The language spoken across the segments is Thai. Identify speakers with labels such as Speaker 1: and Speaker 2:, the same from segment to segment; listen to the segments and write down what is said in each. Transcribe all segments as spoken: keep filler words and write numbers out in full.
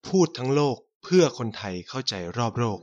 Speaker 1: พูดทั้งโลกเพื่อคนไทยเข้าใจรอบโลก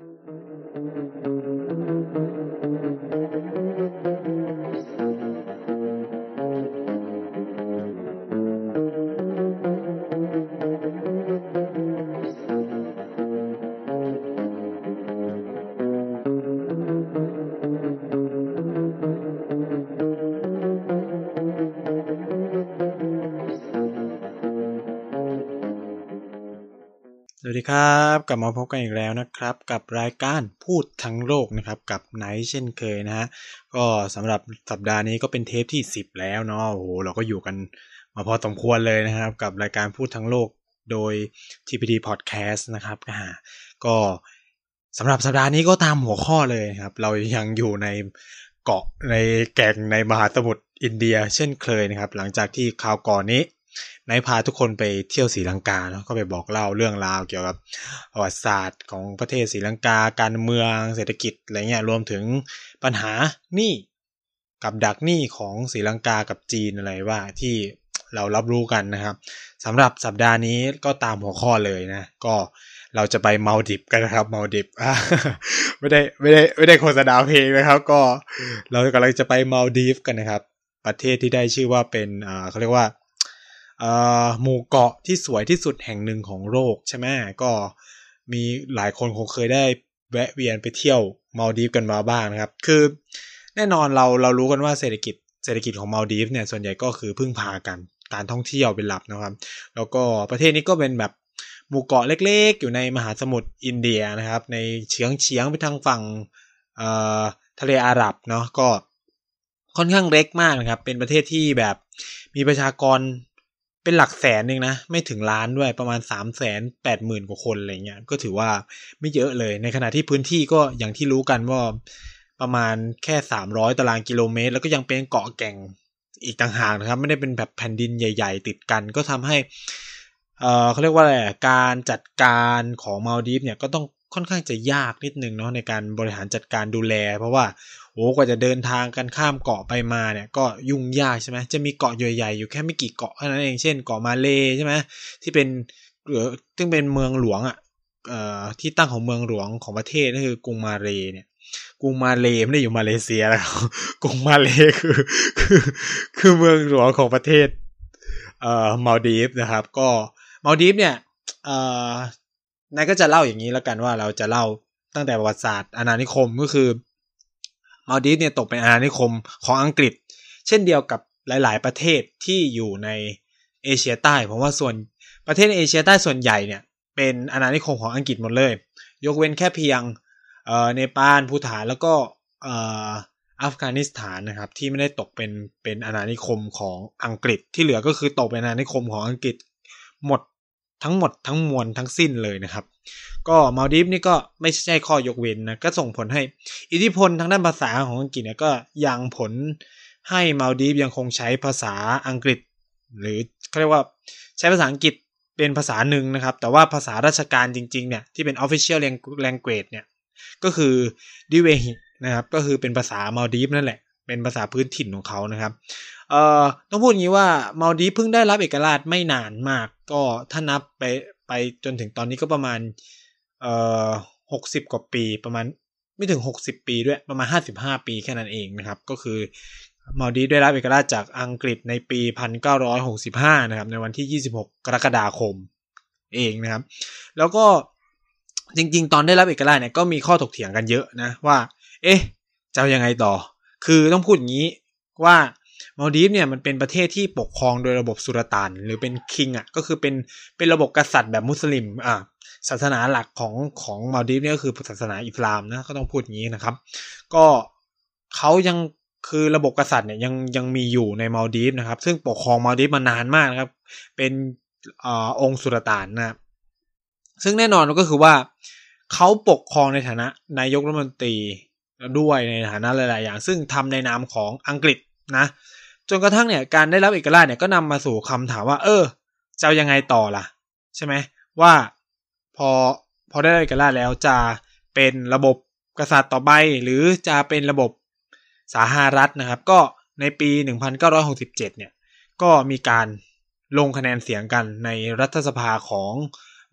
Speaker 2: สวัสดีครับกลับมาพบกันอีกแล้วนะครับกับรายการพูดทั้งโลกนะครับกับไนท์เช่นเคยนะฮะก็สำหรับสัปดาห์นี้ก็เป็นเทปที่สิบแล้วเนาะโอ้โหเราก็อยู่กันมาพอสมควรเลยนะครับกับรายการพูดทั้งโลกโดย ที พี ดี Podcast นะครับก็สำหรับสัปดาห์นี้ก็ตามหัวข้อเลยครับเรายังอยู่ในเกาะในแก่งในมหาสมุทรอินเดียเช่นเคยนะครับหลังจากที่คราวก่อนนี้นายพาทุกคนไปเที่ยวศรีลังกาแล้วก็ไปบอกเล่าเรื่องราวเกี่ยวกับประวัติศาสตร์ของประเทศศรีลังกาการเมืองเศรษฐกิจอะไรเงี้ยรวมถึงปัญหาหนี้กับดักหนี้ของศรีลังกากับจีนอะไรว่าที่เรารับรู้กันนะครับสำหรับสัปดาห์นี้ก็ตามหัวข้อเลยนะก็เราจะไปมัลดิฟกันนะครับมัลดิฟไม่ได้ไม่ได้ไม่ได้โฆษณาเพลงนะครับก็เรากำลังจะไปมัลดิฟกันนะครับประเทศที่ได้ชื่อว่าเป็นอ่าเขาเรียกว่าเอ่อหมู่เกาะที่สวยที่สุดแห่งหนึ่งของโลกใช่ไหมก็มีหลายคนคงเคยได้แวะเวียนไปเที่ยวมัลดิฟกันมาบ้างนะครับคือแน่นอนเราเรารู้กันว่าเศรษฐกิจเศรษฐกิจของมัลดิฟเนี่ยส่วนใหญ่ก็คือพึ่งพากันการท่องเที่ยวเป็นหลักนะครับแล้วก็ประเทศนี้ก็เป็นแบบหมู่เกาะเล็กๆอยู่ในมหาสมุทรอินเดียนะครับในเฉียงเฉียงไปทางฝั่งเอ่อทะเลอาหรับเนาะก็ค่อนข้างเล็กมากนะครับเป็นประเทศที่แบบมีประชากรเป็นหลักแสนนึงนะไม่ถึงล้านด้วยประมาณ สามแสนแปดหมื่น กว่าคนอะไรเงี้ยก็ถือว่าไม่เยอะเลยในขณะที่พื้นที่ก็อย่างที่รู้กันว่าประมาณแค่สามร้อยตารางกิโลเมตรแล้วก็ยังเป็นเกาะแก่งอีกต่างหากนะครับไม่ได้เป็นแบบแผ่นดินใหญ่ๆติดกันก็ทำให้เอ่อเขาเรียกว่าอะไรการจัดการของมัลดิฟเนี่ยก็ต้องค่อนข้างจะยากนิดนึงเนาะในการบริหารจัดการดูแลเพราะว่าโอ้กว่าจะเดินทางกันข้ามเกาะไปมาเนี่ยก็ยุ่งยากใช่ไหมจะมีเกาะใหญ่ๆอยู่แค่ไม่กี่เกาะเท่านั้นเองเช่นเกาะมาเลย์ใช่ไหมที่เป็นหรือซึ่งเป็นเมืองหลวงอ่ะเอ่อที่ตั้งของเมืองหลวงของประเทศก็คือกรุงมาเลย์เนี่ยกรุงมาเลย์ไม่ได้อยู่มาเลเซียแล้วกรุงมาเลย์คือคือคือเมืองหลวงของประเทศเอ่อมัลดิฟนะครับก็มัลดิฟเนี่ยเอ่อนายก็จะเล่าอย่างนี้แล้วกันว่าเราจะเล่าตั้งแต่ประวัติศาสตร์อาณานิคมก็คือมัลดิฟเนี่ยตกเป็นอาณานิคมของอังกฤษเช่นเดียวกับหลายๆประเทศที่อยู่ในเอเชียใต้ผมว่าส่วนประเทศในเอเชียใต้ส่วนใหญ่เนี่ยเป็นอาณานิคมของอังกฤษหมดเลยยกเว้นแค่เพียงเอ่อเนปาลภูฏานแล้วก็เอ่ออัฟกานิสถานนะครับที่ไม่ได้ตกเป็นเป็นอาณานิคมของอังกฤษที่เหลือก็คือตกเป็นอาณานิคมของอังกฤษหมดทั้งหมดทั้งมวลทั้งสิ้นเลยนะครับก็มัลดิฟนี่ก็ไม่ใช่ข้อยกเว้นนะก็ส่งผลให้อิทธิพลทางด้านภาษาของอังกฤษเนี่ยก็ยังผลให้มัลดิฟยังคงใช้ภาษาอังกฤษหรือเขาเรียกว่าใช้ภาษาอังกฤษเป็นภาษาหนึ่งนะครับแต่ว่าภาษาราชการจริงๆเนี่ยที่เป็น official language เนี่ยก็คือดิเวฮินะครับก็คือเป็นภาษามัลดิฟนั่นแหละเป็นภาษาพื้นถิ่นของเขานะครับเอ่อต้องพูดอย่างนี้ว่ามัลดิฟเพิ่งได้รับเอกราชไม่นานมากก็ถ้านับไปไปจนถึงตอนนี้ก็ประมาณเอ่อหกสิบกว่าปีประมาณไม่ถึงหกสิบปีด้วยประมาณห้าสิบห้าปีแค่นั้นเองนะครับก็คือมัลดิฟได้รับเอกราชจากอังกฤษในปีหนึ่งพันเก้าร้อยหกสิบห้านะครับในวันที่ยี่สิบหกกรกฎาคมเองนะครับแล้วก็จริงๆตอนได้รับเอกราชเนี่ยก็มีข้อถกเถียงกันเยอะนะว่าเอ๊ะจะยังไงต่อคือต้องพูดอย่างนี้ว่ามัลดิฟเนี่ยมันเป็นประเทศที่ปกครองโดยระบบสุลต่านหรือเป็นคิงอ่ะก็คือเป็นเป็นระบบกษัตริย์แบบมุสลิมอ่ะศาสนาหลักของของมัลดิฟเนี่ยก็คือศาสนาอิสลามนะก็ต้องพูดอย่างนี้นะครับก็เขายังคือระบบกษัตริย์เนี่ยยังยังมีอยู่ในมัลดิฟนะครับซึ่งปกครองมัลดิฟมานานมากนะครับเป็นอ่าองค์สุลต่านนะซึ่งแน่นอนก็คือว่าเขาปกครองในฐานะนายกรัฐมนตรีด้วยในฐานะหลายๆอย่างซึ่งทำในนามของอังกฤษนะจนกระทั่งเนี่ยการได้รับเอกราชเนี่ยก็นำมาสู่คำถามว่าเออจะยังไงต่อล่ะใช่ไหมว่าพอพอได้รับเอกราชแล้วจะเป็นระบบกษัตริย์ต่อไปหรือจะเป็นระบบสาธารณรัฐนะครับก็ในปีหนึ่งพันเก้าร้อยหกสิบเจ็ดเนี่ยก็มีการลงคะแนนเสียงกันในรัฐสภาของ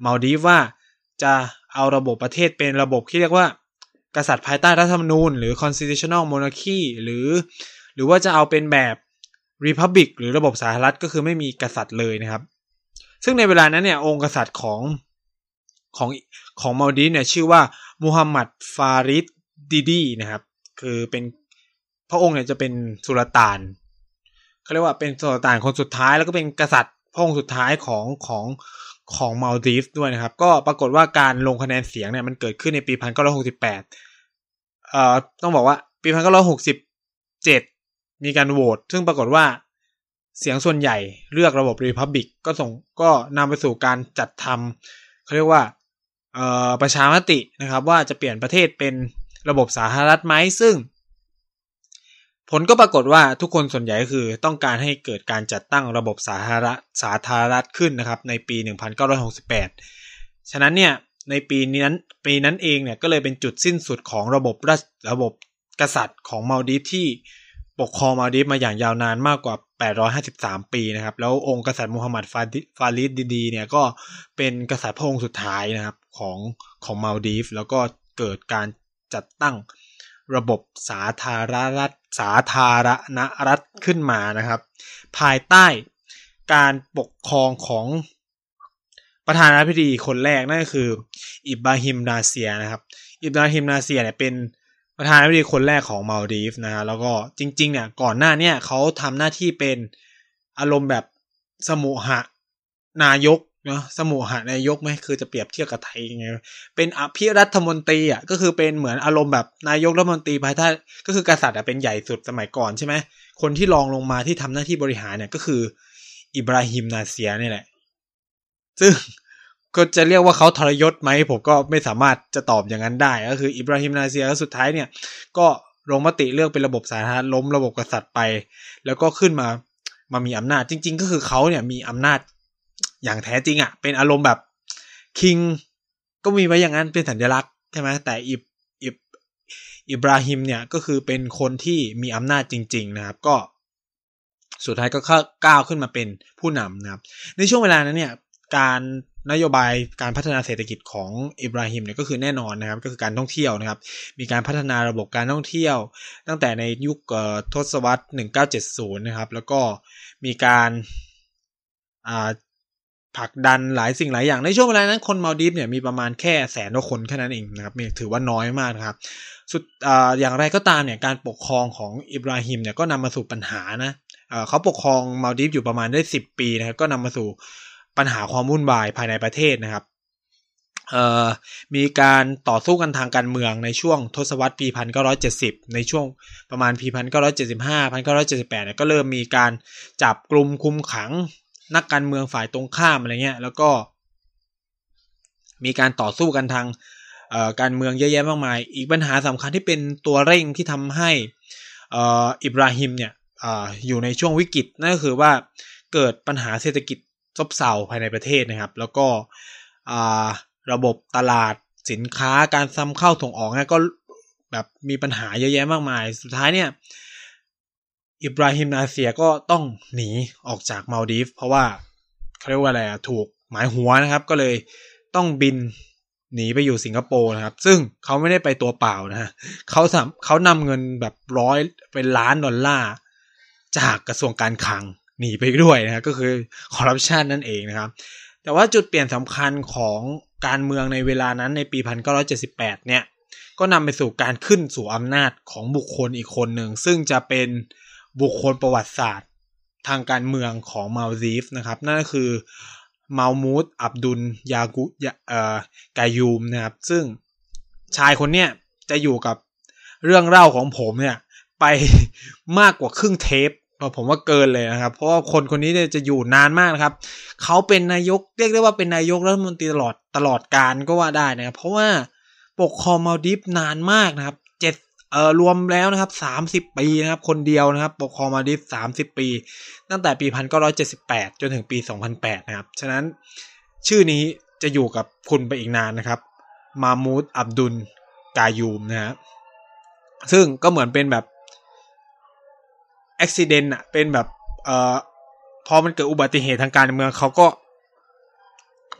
Speaker 2: มาลดีฟว่าจะเอาระบบประเทศเป็นระบบที่เรียกว่ากษัตริย์ภายใต้รัฐธรรมนูญหรือ constitutional monarchy หรือหรือว่าจะเอาเป็นแบบ republic หรือระบบสาธารณรัฐก็คือไม่มีกษัตริย์เลยนะครับซึ่งในเวลานั้นเนี่ยองค์กษัตริย์ของของของมาลดีฟเนี่ยชื่อว่ามูฮัมหมัดฟาริดดิดีนะครับคือเป็นพระองค์เนี่ยจะเป็นสุลต่านเขาเรียกว่าเป็นสุลต่านคนสุดท้ายแล้วก็เป็นกษัตริย์พระองค์สุดท้ายของของของมาลดีฟด้วยนะครับก็ปรากฏว่าการลงคะแนนเสียงเนี่ยมันเกิดขึ้นในปีหนึ่งพันเก้าร้อยหกสิบแปดเอ่อต้องบอกว่าปีหนึ่งพันเก้าร้อยหกสิบเจ็ดมีการโหวตซึ่งปรากฏว่าเสียงส่วนใหญ่เลือกระบบ Republic ก็ส่งก็นำไปสู่การจัดทำเขาเรียกว่าเอ่อประชามตินะครับว่าจะเปลี่ยนประเทศเป็นระบบสาธารณรัฐไหมซึ่งผลก็ปรากฏว่าทุกคนส่วนใหญ่ก็คือต้องการให้เกิดการจัดตั้งระบบสาธารณสาธารณรัฐขึ้นนะครับในปีหนึ่งพันเก้าร้อยหกสิบแปดฉะนั้นเนี่ยในปีนี้นั้นปีนั้นเองเนี่ยก็เลยเป็นจุดสิ้นสุดของระบบราชระบบกษัตริย์ของมาลดีฟที่ปกครองมาลดีฟมาอย่างยาวนานมากกว่าแปดร้อยห้าสิบสามปีนะครับแล้วองค์กษัตริย์มูฮัมหมัดฟาริดดิดีเนี่ยก็เป็นกษัตริย์พระองค์สุดท้ายนะครับของของมาลดีฟแล้วก็เกิดการจัดตั้งระบบสาธารณรัฐสาธารณรัฐขึ้นมานะครับภายใต้การปกครองของประธานาธิบดีคนแรกนั่นก็คืออิบราฮิมนาเซียนะครับอิบราฮิมนาเซียเนี่ยเป็นประธานาธิบดีคนแรกของมาลดีฟนะฮะแล้วก็จริงๆเนี่ยก่อนหน้าเนี่ยเขาทำหน้าที่เป็นอารมณ์แบบสมุหนายกเนาะสมุหนายกไหมคือจะเปรียบเทียบกับไทยยังไงเป็นอภิรัฐมนตรีอ่ะก็คือเป็นเหมือนอารมณ์แบบนายกรัฐมนตรีภายใต้ก็คือกษัตริย์อ่ะเป็นใหญ่สุดสมัยก่อนใช่ไหมคนที่รองลงมาที่ทำหน้าที่บริหารเนี่ยก็คืออิบราฮิมนาเซียนี่แหละซึ่งก็จะเรียกว่าเขาทรยศไหมผมก็ไม่สามารถจะตอบอย่างนั้นได้ก็คืออิบราฮิมนาเซียสุดท้ายเนี่ยก็ลงมติเลือกเป็นระบบสาธารณรัฐล้มระบบกษัตริย์ไปแล้วก็ขึ้นมามามีอำนาจจริงๆก็คือเขาเนี่ยมีอำนาจอย่างแท้จริงอ่ะเป็นอารมณ์แบบคิงก็มีไว้อย่างนั้นเป็นสัญลักษณ์ใช่ไหมแต่อิบอิบอิบราฮิมเนี่ยก็คือเป็นคนที่มีอำนาจจริงๆนะครับก็สุดท้ายก็ก้าวขึ้นมาเป็นผู้นำนะครับในช่วงเวลานั้นเนี่ยการนโยบายการพัฒนาเศรษฐกิจของอิบราฮิมเนี่ยก็คือแน่นอนนะครับก็คือการท่องเที่ยวนะครับมีการพัฒนาระบบการท่องเที่ยวตั้งแต่ในยุคทศวรรษหนึ่งพันเก้าร้อยเจ็ดสิบนะครับแล้วก็มีการอ่าผลักดันหลายสิ่งหลายอย่างในช่วงเวลานั้นคนมาลดีฟเนี่ยมีประมาณแค่แสนกว่าคนแค่นั้นเองนะครับถือว่าน้อยมากนะครับสุดอ่าอย่างไรก็ตามเนี่ยการปกครองของอิบราฮิมเนี่ยก็นำมาสู่ปัญหานะเอ่อเขาปกครองมาลดีฟอยู่ประมาณได้สิบปีนะครับก็นำมาสู่ปัญหาความวุ่นวายภายในประเทศนะครับเอ่อมีการต่อสู้กันทางการเมืองในช่วงทศวรรษปีหนึ่งพันเก้าร้อยเจ็ดสิบในช่วงประมาณปีหนึ่งพันเก้าร้อยเจ็ดสิบห้า หนึ่งพันเก้าร้อยเจ็ดสิบแปดเนี่ยก็เริ่มมีการจับกลุ่มคุมขังนักการเมืองฝ่ายตรงข้ามอะไรเงี้ยแล้วก็มีการต่อสู้กันทางเอ่อการเมืองเยอะแยะมากมายอีกปัญหาสำคัญที่เป็นตัวเร่งที่ทำให้เอ่ออิบราฮิมเนี่ยเอ่ออยู่ในช่วงวิกฤตนั่นก็คือว่าเกิดปัญหาเศรษฐกิจซบเซาภายในประเทศนะครับแล้วก็อ่าระบบตลาดสินค้าการนำเข้าส่งออกเนี่ยก็แบบมีปัญหาเยอะแยะมากมายสุดท้ายเนี่ยอิบราฮิมนาเซียก็ต้องหนีออกจากมาลดีฟเพราะว่าเขาเรียกว่าอะไรอ่ะถูกหมายหัวนะครับก็เลยต้องบินหนีไปอยู่สิงคโปร์นะครับซึ่งเขาไม่ได้ไปตัวเปล่านะฮะเขาทำเขานำเงินแบบร้อยเป็นล้านดอลลาร์จากกระทรวงการคลังหนีไปด้วยนะก็คือคอร์รัปชันนั่นเองนะครับแต่ว่าจุดเปลี่ยนสำคัญของการเมืองในเวลานั้นในปีหนึ่งพันเก้าร้อยเจ็ดสิบแปดเนี่ยก็นำไปสู่การขึ้นสู่อำนาจของบุคคลอีกคนหนึ่งซึ่งจะเป็นบุคคลประวัติศาสตร์ทางการเมืองของมาลดีฟนะครับนั่นก็คือมาลมูดอับดุลยากุเอ่อกายูมนะครับซึ่งชายคนเนี้ยจะอยู่กับเรื่องเล่าของผมเนี่ยไปมากกว่าครึ่งเทปผมว่าเกินเลยนะครับเพราะว่าคนคนนี้เนี่ยจะอยู่นานมากนะครับเขาเป็นนายกเรียกได้ว่าเป็นนายกรัฐมนตรีตลอดตลอดกาลก็ว่าได้นะครับเพราะว่าปกครองมาลดีฟนานมากนะครับเจ็ดเอ่อรวมแล้วนะครับสามสิบปีนะครับคนเดียวนะครับปกครองมาลดีฟสามสิบปีตั้งแต่ปีหนึ่งพันเก้าร้อยเจ็ดสิบแปดจนถึงปีสองพันแปดนะครับฉะนั้นชื่อนี้จะอยู่กับคุณไปอีกนานนะครับมามูดอับดุลกายูมนะครับซึ่งก็เหมือนเป็นแบบaccident อ่ะเป็นแบบเอ่อพอมันเกิดอุบัติเหตุทางการเมืองเขาก็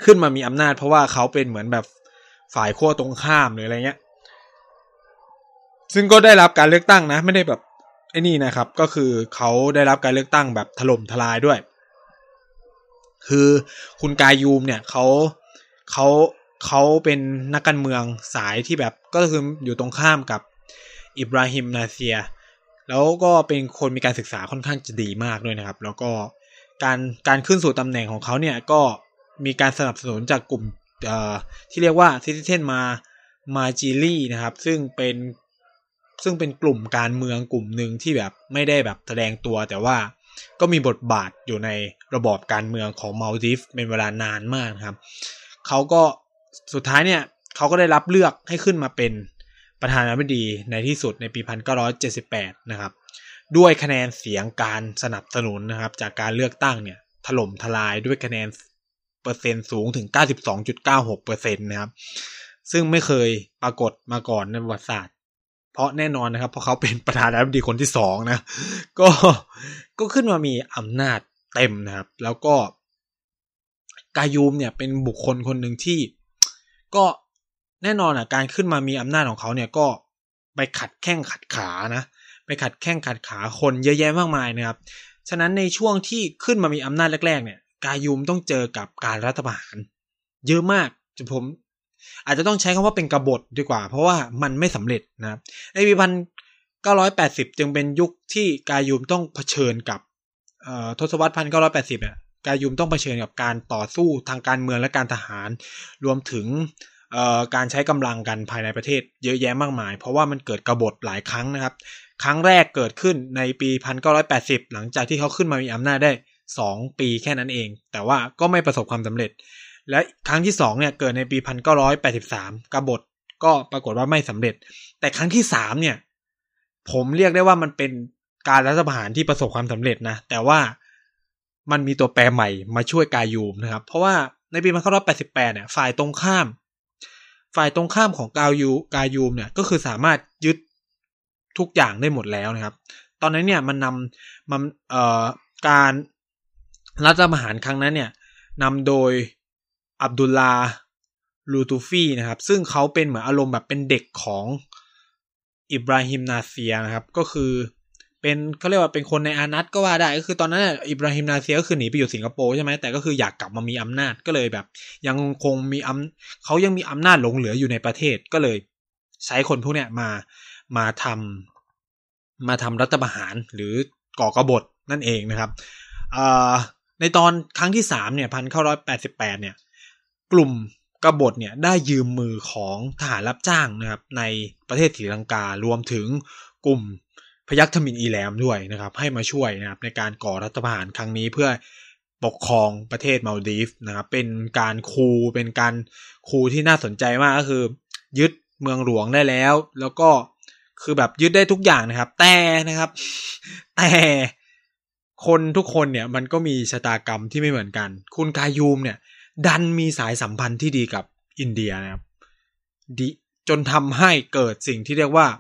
Speaker 2: ขึ้นมามีอำนาจเพราะว่าเขาเป็นเหมือนแบบฝ่ายขั้วตรงข้ามหรืออะไรเงี้ยซึ่งก็ได้รับการเลือกตั้งนะไม่ได้แบบไอ้นี่นะครับก็คือเขาได้รับการเลือกตั้งแบบถล่มทลายด้วยคือคุณกายูมเนี่ยเขาเขาเขาเป็นนักการเมืองสายที่แบบก็คืออยู่ตรงข้ามกับอิบราฮิมนาเซียแล้วก็เป็นคนมีการศึกษาค่อนข้างจะดีมากด้วยนะครับแล้วก็การการขึ้นสู่ตำแหน่งของเขาเนี่ยก็มีการสนับสนุนจากกลุ่มเอ่อที่เรียกว่าซิติเซนมามาจิลี่นะครับซึ่งเป็นซึ่งเป็นกลุ่มการเมืองกลุ่มหนึ่งที่แบบไม่ได้แบบแสดงตัวแต่ว่าก็มีบทบาทอยู่ในระบอบการเมืองของมัลดิฟเป็นเวลานานมากครับเขาก็สุดท้ายเนี่ยเขาก็ได้รับเลือกให้ขึ้นมาเป็นประธานาธิบดีในที่สุดในปีหนึ่งพันเก้าร้อยเจ็ดสิบแปดนะครับด้วยคะแนนเสียงการสนับสนุนนะครับจากการเลือกตั้งเนี่ยถล่มทลายด้วยคะแนนเปอร์เซ็นต์สูงถึง เก้าสิบสองจุดเก้าหกเปอร์เซ็นต์ นะครับซึ่งไม่เคยปรากฏมาก่อนในประวัติศาสตร์เพราะแน่นอนนะครับเพราะเขาเป็นประธานาธิบดีคนที่สองนะก็ก็ขึ้นมามีอำนาจเต็มนะครับแล้วก็กายูมเนี่ยเป็นบุคคลคนหนึ่งที่ก็แน่นอนอ่ะการขึ้นมามีอำนาจของเขาเนี่ยก็ไปขัดแข้งขัดขานะไปขัดแข้งขัดขาคนเยอะแยะมากมายนะครับฉะนั้นในช่วงที่ขึ้นมามีอำนาจแรกๆเนี่ยกายูมต้องเจอกับการรัฐประหารเยอะมากจนผมอาจจะต้องใช้คำว่าเป็นกบฏดีกว่าเพราะว่ามันไม่สำเร็จนะครับในปีหนึ่งพันเก้าร้อยแปดสิบจึงเป็นยุคที่กายูมต้องเผชิญกับเอ่อทศวรรษหนึ่งพันเก้าร้อยแปดสิบเนี่ยกายูมต้องเผชิญกับการต่อสู้ทางการเมืองและการทหารรวมถึงเอ่อการใช้กำลังกันภายในประเทศเยอะแยะมากมายเพราะว่ามันเกิดกบฏหลายครั้งนะครับครั้งแรกเกิดขึ้นในปีหนึ่งพันเก้าร้อยแปดสิบหลังจากที่เขาขึ้นมามีอำนาจได้สองปีแค่นั้นเองแต่ว่าก็ไม่ประสบความสำเร็จและครั้งที่สองเนี่ยเกิดในปีหนึ่งพันเก้าร้อยแปดสิบสามกบฏก็ปรากฏว่าไม่สำเร็จแต่ครั้งที่สามเนี่ยผมเรียกได้ว่ามันเป็นการรัฐประหารที่ประสบความสำเร็จนะแต่ว่ามันมีตัวแปรใหม่มาช่วยกายูมนะครับเพราะว่าในปีหนึ่งพันเก้าร้อยแปดสิบแปดเนี่ยฝ่ายตรงข้ามฝ่ายตรงข้ามของกายูกายูมเนี่ยก็คือสามารถยึดทุกอย่างได้หมดแล้วนะครับตอนนั้นเนี่ยมันนำมันเอ่อการรัฐประหารครั้งนั้นเนี่ยนำโดยอับดุลลาลูตูฟีนะครับซึ่งเขาเป็นเหมือนอารมณ์แบบเป็นเด็กของอิบราฮิมนาเซียนะครับก็คือเป็นเขาเรียกว่าเป็นคนในอานัตก็ว่าได้ก็คือตอนนั้นอิบราฮิมนาเซียก็คือหนีไปอยู่สิงคโปร์ใช่ไหมแต่ก็คืออยากกลับมามีอำนาจก็เลยแบบยังคงมีอำเขายังมีอำนาจหลงเหลืออยู่ในประเทศก็เลยใช้คนพวกเนี้ยมามาทำมาทำรัฐประหารหรือก่อกบฏนั่นเองนะครับในตอนครั้งที่สามเนี่ยหนึ่งพันเก้าร้อยแปดสิบแปดเนี่ยกลุ่มกบฏเนี่ยได้ยืมมือของทหารรับจ้างนะครับในประเทศศรีลังการวมถึงกลุ่มพยัคฆ์ทมิฬอีแลมด้วยนะครับให้มาช่วยนะครับในการก่อรัฐประหารครั้งนี้เพื่อปกครองประเทศมัลดีฟนะครับเป็นการคูเป็นการคูที่น่าสนใจมากก็คือยึดเมืองหลวงได้แล้วแล้วก็คือแบบยึดได้ทุกอย่างนะครับแต่นะครับแต่คนทุกคนเนี่ยมันก็มีชะตากรรมที่ไม่เหมือนกันคุณกายูมเนี่ยดันมีสายสัมพันธ์ที่ดีกับอินเดียนะครับดิจนทำให้เกิดสิ่งที่เรียกว่า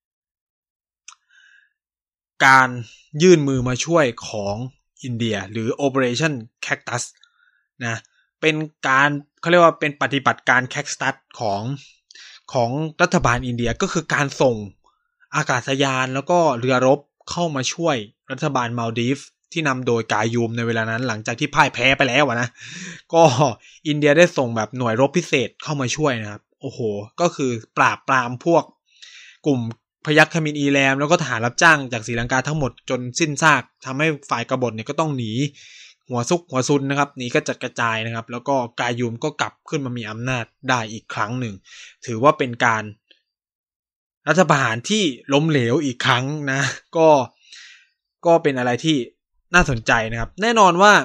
Speaker 2: การยื่นมือมาช่วยของอินเดียหรือ Operation Cactus นะเป็นการเขาเรียกว่าเป็นปฏิบัติการ Cactus ของของรัฐบาลอินเดียก็คือการส่งอากาศยานแล้วก็เรือรบเข้ามาช่วยรัฐบาลมัลดีฟที่นำโดยกายูมในเวลานั้นหลังจากที่พ่ายแพ้ไปแล้วนะก็อินเดียได้ส่งแบบหน่วยรบพิเศษเข้ามาช่วยนะครับโอ้โหก็คือปราบปรามพวกกลุ่มพยัคฆ์ทมิฬอีแลมแล้วก็ทหารรับจ้างจากศรีลังกาทั้งหมดจนสิ้นซากทำให้ฝ่ายกบฏเนี่ยก็ต้องหนีหัวซุกหัวซุนนะครับหนีกระจัดกระจายนะครับแล้วก็กายูมก็กลับขึ้นมามีอำนาจได้อีกครั้งหนึ่งถือว่าเป็นการรัฐประหารที่ล้มเหลวอีกครั้งนะก็ก็เป็นอะไรที่น่าสนใจนะครับแน่นอนว่า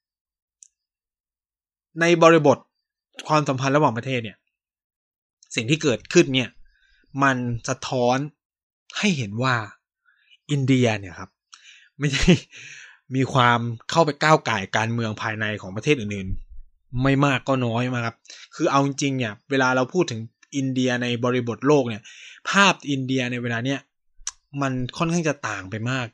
Speaker 2: ในบริบทความสัมพันธ์ระหว่างประเทศเนี่ยสิ่งที่เกิดขึ้นเนี่ยมันสะท้อนให้เห็นว่าอินเดียเนี่ยครับไม่ใช่มีความเข้าไปก้าวก่ายการเมืองภายในของประเทศอื่นๆไม่มากก็น้อยมาครับคือเอาจริงๆเนี่ยเวลาเราพูดถึงอินเดียในบริบทโลกเนี่ยภาพอินเดียในเวลาเนี้ยมันค่อนข้างจะต่างไปมากจาก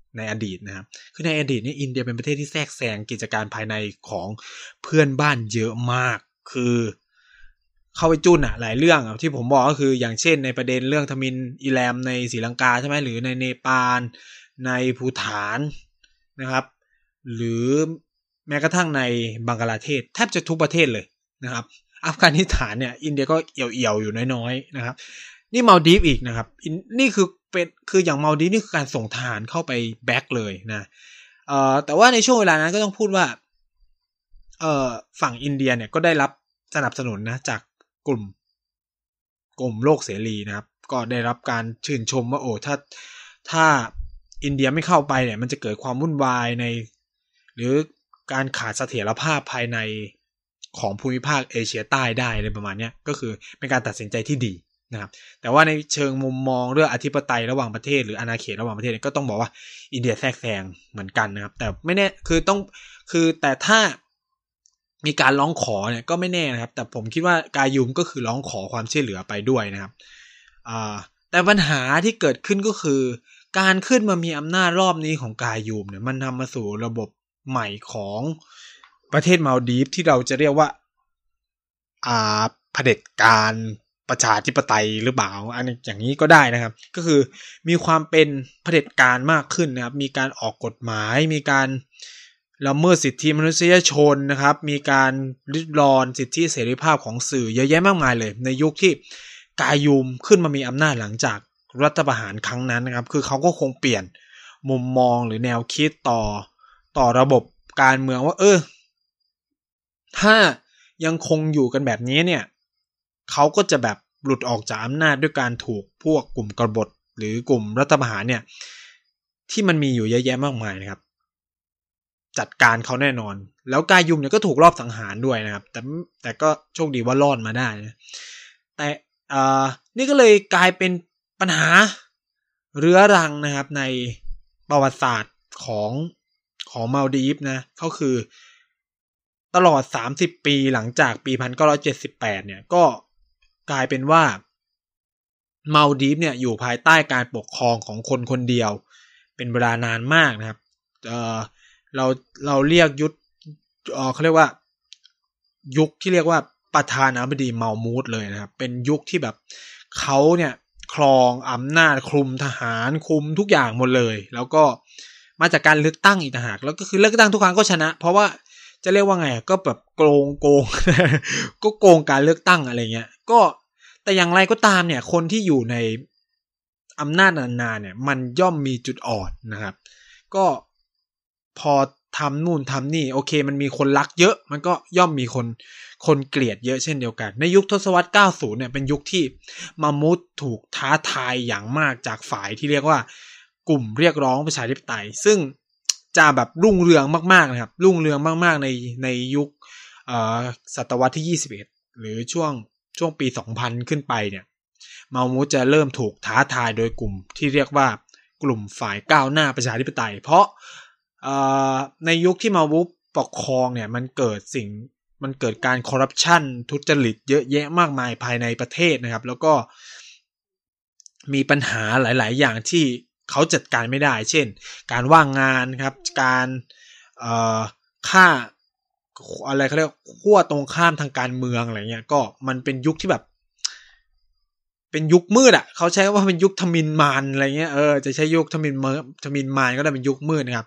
Speaker 2: ในอดีตนะครับคือในอดีตนี่อินเดียเป็นประเทศที่แทรกแซงกิจการภายในของเพื่อนบ้านเยอะมากคือเข้าไปจุนอะหลายเรื่องที่ผมบอกก็คืออย่างเช่นในประเด็นเรื่องทมิฬอีแรมในศรีลังกาใช่ไหมหรือในเนปาลในภูฏานนะครับหรือแม้กระทั่งในบังกลาเทศแทบจะทุกประเทศเลยนะครับอัฟกานิสถานเนี่ยอินเดียก็เอี่ยวๆอยู่น้อยๆนะครับนี่มาลดีฟอีกนะครับนี่คือเป็นคืออย่างมาลดีฟนี่คือการส่งทหารเข้าไปแบ็กเลยนะเอ่อแต่ว่าในช่วงเวลานั้นก็ต้องพูดว่าเอ่อฝั่งอินเดียเนี่ยก็ได้รับสนับสนุนนะจากกลุ่มกลุ่มโลกเสรีนะครับก็ได้รับการชื่นชมว่าโอ้ถ้าถ้าอินเดียไม่เข้าไปเนี่ยมันจะเกิดความวุ่นวายในหรือการขาดเสถียรภาพภายในของภูมิภาคเอเชียใต้ได้อะไรประมาณนี้ก็คือเป็นการตัดสินใจที่ดีนะครับแต่ว่าในเชิงมุมมองเรื่องอธิปไตยระหว่างประเทศหรืออาณาเขตระหว่างประเทศก็ต้องบอกว่าอินเดียแทรกแซงเหมือนกันนะครับแต่ไม่แน่คือต้องคือแต่ถ้ามีการร้องขอเนี่ยก็ไม่แน่นะครับแต่ผมคิดว่ากายุมก็คือร้องขอความช่วยเหลือไปด้วยนะครับอ่าแต่ปัญหาที่เกิดขึ้นก็คือการขึ้นมามีอำนาจรอบนี้ของกายุมเนี่ยมันนำมาสู่ระบบใหม่ของประเทศมาลดีฟที่เราจะเรียกว่าอ่าเผด็จการประชาธิปไตยหรือเปล่าอันนี้อย่างนี้ก็ได้นะครับก็คือมีความเป็นเผด็จการมากขึ้นนะครับมีการออกกฎหมายมีการละเมิดสิทธิมนุษยชนนะครับมีการริดรอนสิทธิเสรีภาพของสื่อเยอะแยะมากมายเลยในยุคที่กายุมขึ้นมามีอำนาจหลังจากรัฐประหารครั้งนั้นนะครับคือเขาก็คงเปลี่ยนมุมมองหรือแนวคิดต่อต่อระบบการเมืองว่าเออถ้ายังคงอยู่กันแบบนี้เนี่ยเขาก็จะแบบหลุดออกจากอำนาจด้วยการถูกพวกกลุ่มกบฏหรือกลุ่มรัฐประหารเนี่ยที่มันมีอยู่เยอะแยะมากมายนะครับจัดการเขาแน่นอนแล้วกายุมเนี่ยก็ถูกลอบสังหารด้วยนะครับแต่แต่ก็โชคดีว่ารอดมาได้นะแต่อ่านี่ก็เลยกลายเป็นปัญหาเรื้อรังนะครับในประวัติศาสตร์ของของมาลดีฟนะก็คือตลอดสามสิบปีหลังจากปีหนึ่งพันเก้าร้อยเจ็ดสิบแปดเนี่ยก็กลายเป็นว่ามาลดีฟเนี่ยอยู่ภายใต้การปกครองของคนคนเดียวเป็นเวลานานมากนะครับเอ่อเราเราเรียกยุคเอ่อเขาเรียกว่ายุคที่เรียกว่าประธานาธิบดีมาลมูดเลยนะครับเป็นยุคที่แบบเขาเนี่ยครองอำนาจคลุมทหารคุมทุกอย่างหมดเลยแล้วก็มาจากการเลือกตั้งอีกต่างหากแล้วก็คือเลือกตั้งทุกครั้งก็ชนะเพราะว่าจะเรียกว่าไงก็แบบโกงโกง ก็โกงการเลือกตั้งอะไรเงี้ยก็แต่อย่างไรก็ตามเนี่ยคนที่อยู่ในอำนาจนานๆเนี่ยมันย่อมมีจุดอ่อนนะครับก็พอทำนู่นทำนี่โอเคมันมีคนรักเยอะมันก็ย่อมมีคนคนเกลียดเยอะเช่นเดียวกันในยุคทศวรรษเก้าสิบเนี่ยเป็นยุคที่มามูดถูกท้าทายอย่างมากจากฝ่ายที่เรียกว่ากลุ่มเรียกร้องประชาธิปไตยซึ่งจะแบบรุ่งเรืองมากๆนะครับรุ่งเรืองมากๆในในยุคเอ่อศตวรรษที่ยี่สิบเอ็ดหรือช่วงช่วงปีสองพันขึ้นไปเนี่ยมามูดจะเริ่มถูกท้าทายโดยกลุ่มที่เรียกว่ากลุ่มฝ่ายก้าวหน้าประชาธิปไตยเพราะในยุคที่มามูดปกครองเนี่ยมันเกิดสิ่งมันเกิดการคอร์รัปชันทุจริตเยอะแยะมากมายภายในประเทศนะครับแล้วก็มีปัญหาหลายๆอย่างที่เขาจัดการไม่ได้เช่นการว่างงานครับการเอ่อฆ่าอะไรเขาเรียกขั้วตรงข้ามทางการเมืองอะไรเงี้ยก็มันเป็นยุคที่แบบเป็นยุคมืดอ่ะเขาใช้ว่าเป็นยุคทมิฬมารอะไรเงี้ยเออจะใช้ยุคทมิฬทมิฬมารก็ได้เป็นยุคมืดนะครับ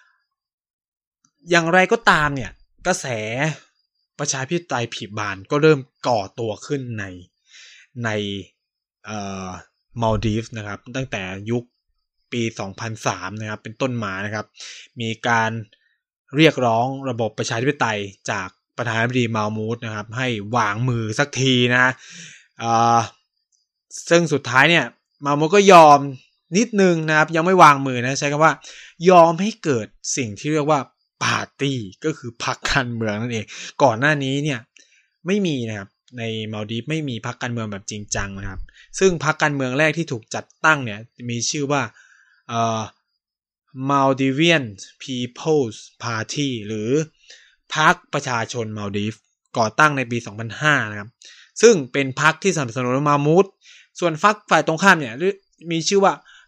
Speaker 2: อย่างไรก็ตามเนี่ยกระแสประชาธิปไตยผีบานก็เริ่มก่อตัวขึ้นในในเอ่อมาลดีฟส์นะครับตั้งแต่ยุคปีสองพันสามนะครับเป็นต้นมานะครับมีการเรียกร้องระบบประชาธิปไตยจากประธานาธิบดีมาลมูดนะครับให้วางมือสักทีนะเอ่อซึ่งสุดท้ายเนี่ยมาลมูดก็ยอมนิดนึงนะครับยังไม่วางมือนะใช้คำว่ายอมให้เกิดสิ่งที่เรียกว่าปาร์ตี้ก็คือพรรคการเมืองนั่นเองก่อนหน้านี้เนี่ยไม่มีนะครับในมาลดีฟไม่มีพรรคการเมืองแบบจริงจังนะครับซึ่งพรรคการเมืองแรกที่ถูกจัดตั้งเนี่ยมีชื่อว่าเอ่อ Maldivian People's Party หรือพรรคประชาชนมาลดีฟก่อตั้งในปีสองพันห้านะครับซึ่งเป็นพรรคที่สนับสนุนมาลมูดส่วนพรรคฝ่ายตรงข้ามเนี่ยมีชื่อว่า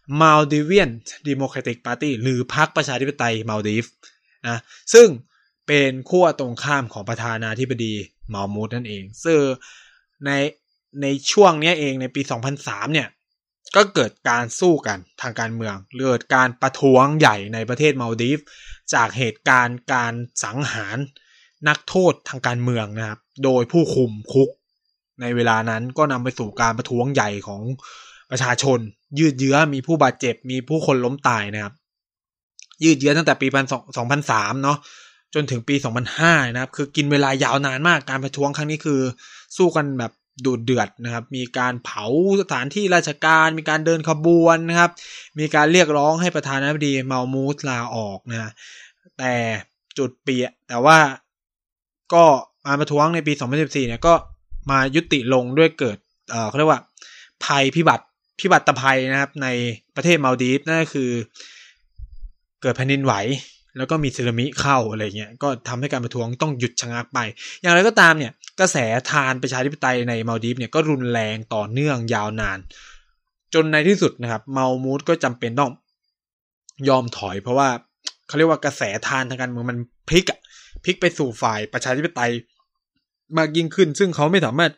Speaker 2: Maldivian Democratic Party หรือพรรคประชาธิปไตยมาลดีฟนะซึ่งเป็นขั้วตรงข้ามของประธานาธิบดีมามูดนั่นเองซึ่งในในช่วงนี้เองในปีสองพันสามเนี่ยก็เกิดการสู้กันทางการเมืองเกิดการประท้วงใหญ่ในประเทศมาลดีฟจากเหตุการณ์การสังหารนักโทษทางการเมืองนะครับโดยผู้คุมคุกในเวลานั้นก็นำไปสู่การประท้วงใหญ่ของประชาชนยืดเยื้อมีผู้บาดเจ็บมีผู้คนล้มตายนะครับยืดเยื้อตั้งแต่ปีสองพันสามเนาะจนถึงปีสองพันห้านะครับคือกินเวลายาวนานมากการประท้วงครั้งนี้คือสู้กันแบบดุเดือดนะครับมีการเผาสถานที่ราชการมีการเดินขบวนนะครับมีการเรียกร้องให้ประธานาธิบดีมาลมูดลาออกนะแต่จุดเปลี่ยนแต่ว่าก็การประท้วงในปีสองพันสิบสี่เนี่ยก็มายุติลงด้วยเกิดเอ่อเขาเรียกว่าภัยพิบัติพิบัติภัยนะครับในประเทศมาลดีฟนั่นก็คือเกิดแผ่นดินไหวแล้วก็มีสึนามิเข้าอะไรเงี้ยก็ทำให้การประท้วงต้องหยุดชะงักไปอย่างไรก็ตามเนี่ยกระแสทานประชาธิปไตยในมาลดีฟเนี่ยก็รุนแรงต่อเนื่องยาวนานจนในที่สุดนะครับมาลมูดก็จำเป็นต้องยอมถอยเพราะว่าเขาเรียกว่ากระแสทานทางการเมืองมันพลิกอะพลิกไปสู่ฝ่ายประชาธิปไตยมากยิ่งขึ้นซึ่งเขาไม่สามารถ